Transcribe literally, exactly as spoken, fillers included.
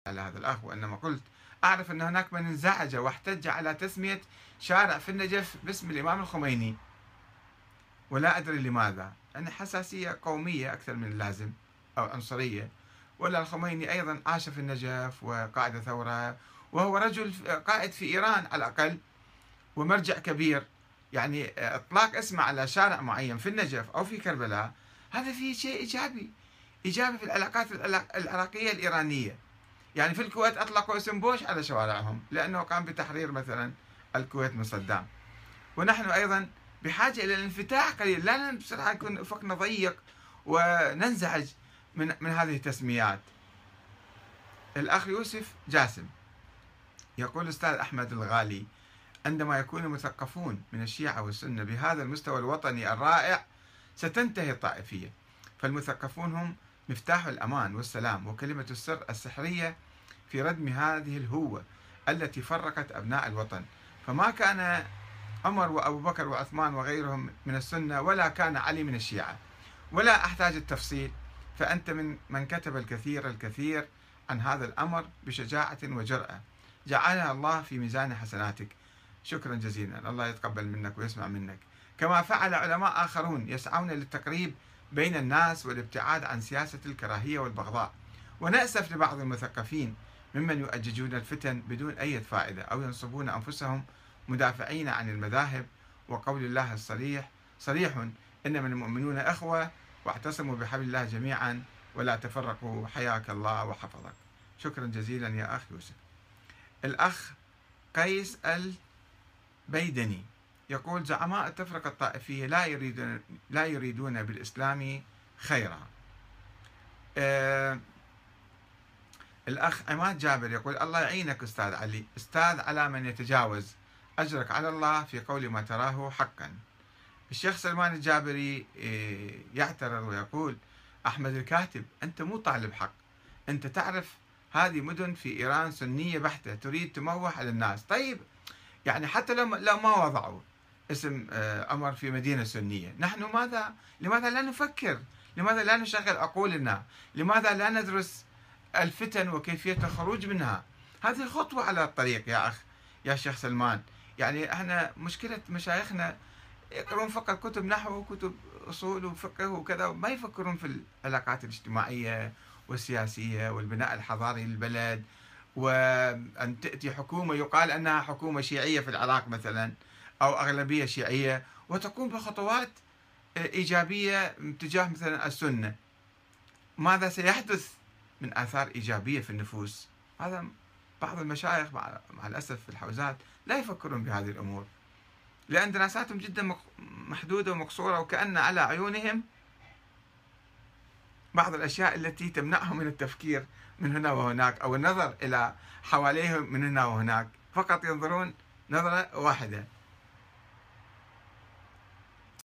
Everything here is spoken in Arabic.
على هذا الأخ، وإنما قلت أعرف أن هناك من انزعج واحتج على تسمية شارع في النجف باسم الإمام الخميني، ولا أدري لماذا. أن حساسية قومية أكثر من اللازم أو عنصرية. ولا الخميني أيضا عاش في النجف وقائد ثورة، وهو رجل قائد في إيران على الأقل ومرجع كبير. يعني إطلاق اسمه على شارع معين في النجف أو في كربلاء هذا فيه شيء إيجابي إيجابي في العلاقات العراقية الإيرانية. يعني في الكويت أطلقوا اسم بوش على شوارعهم لأنه قام بتحرير مثلا الكويت من صدام. ونحن أيضا بحاجة إلى الانفتاح قليلا، لا بسرعة يكون أفقنا ضيق وننزعج من من هذه التسميات. الأخ يوسف جاسم يقول: أستاذ أحمد الغالي، عندما يكون المثقفون من الشيعة والسنة بهذا المستوى الوطني الرائع ستنتهي الطائفية، فالمثقفون هم مفتاح الأمان والسلام وكلمة السر السحرية في ردم هذه الهوة التي فرقت أبناء الوطن. فما كان عمر وأبو بكر وعثمان وغيرهم من السنة، ولا كان علي من الشيعة، ولا أحتاج التفصيل، فأنت من من كتب الكثير الكثير عن هذا الأمر بشجاعة وجرأة، جعلها الله في ميزان حسناتك. شكرا جزيلا، الله يتقبل منك ويسمع منك. كما فعل علماء آخرون يسعون للتقريب بين الناس والابتعاد عن سياسة الكراهية والبغضاء. ونأسف لبعض المثقفين ممن يؤججون الفتن بدون أي فائدة، أو ينصبون أنفسهم مدافعين عن المذاهب، وقول الله الصريح صريح: إنما المؤمنون إخوة واعتصموا بحبل الله جميعا ولا تفرقوا حياك الله وحفظك. شكرا جزيلا يا أخ يوسف. الأخ قيس البيدني يقول: زعماء التفرقة الطائفية لا يريدون لا يريدون بالإسلام خيرا. آه الأخ عماد جابر يقول: الله يعينك أستاذ علي، أستاذ على من يتجاوز، أجرك على الله في قول ما تراه حقا. الشيخ سلمان الجابري يعترض ويقول: أحمد الكاتب، أنت مو طالب حق، أنت تعرف هذه مدن في إيران سنية بحتة تريد تموح على الناس. طيب يعني حتى لو لو ما وضعوا اسم أمر في مدينة سنية، نحن ماذا لماذا لا نفكر؟ لماذا لا نشغل عقولنا؟ لماذا لا ندرس الفتن وكيفية الخروج منها؟ هذه خطوة على الطريق يا أخ يا شيخ سلمان. يعني احنا مشكلة مشايخنا يقرون فقط كتب نحو وكتب أصول وفقه وكذا، ما يفكرون في العلاقات الاجتماعية والسياسية والبناء الحضاري للبلد. وأن تأتي حكومة يقال أنها حكومة شيعية في العراق مثلا أو أغلبية شيعية وتقوم بخطوات إيجابية تجاه مثلا السنة، ماذا سيحدث من آثار إيجابية في النفوس؟ هذا بعض المشايخ مع الأسف في الحوزات لا يفكرون بهذه الأمور، لأن دراساتهم جدا محدودة ومقصورة، وكأن على عيونهم بعض الأشياء التي تمنعهم من التفكير من هنا وهناك أو النظر إلى حواليهم من هنا وهناك، فقط ينظرون نظرة واحدة.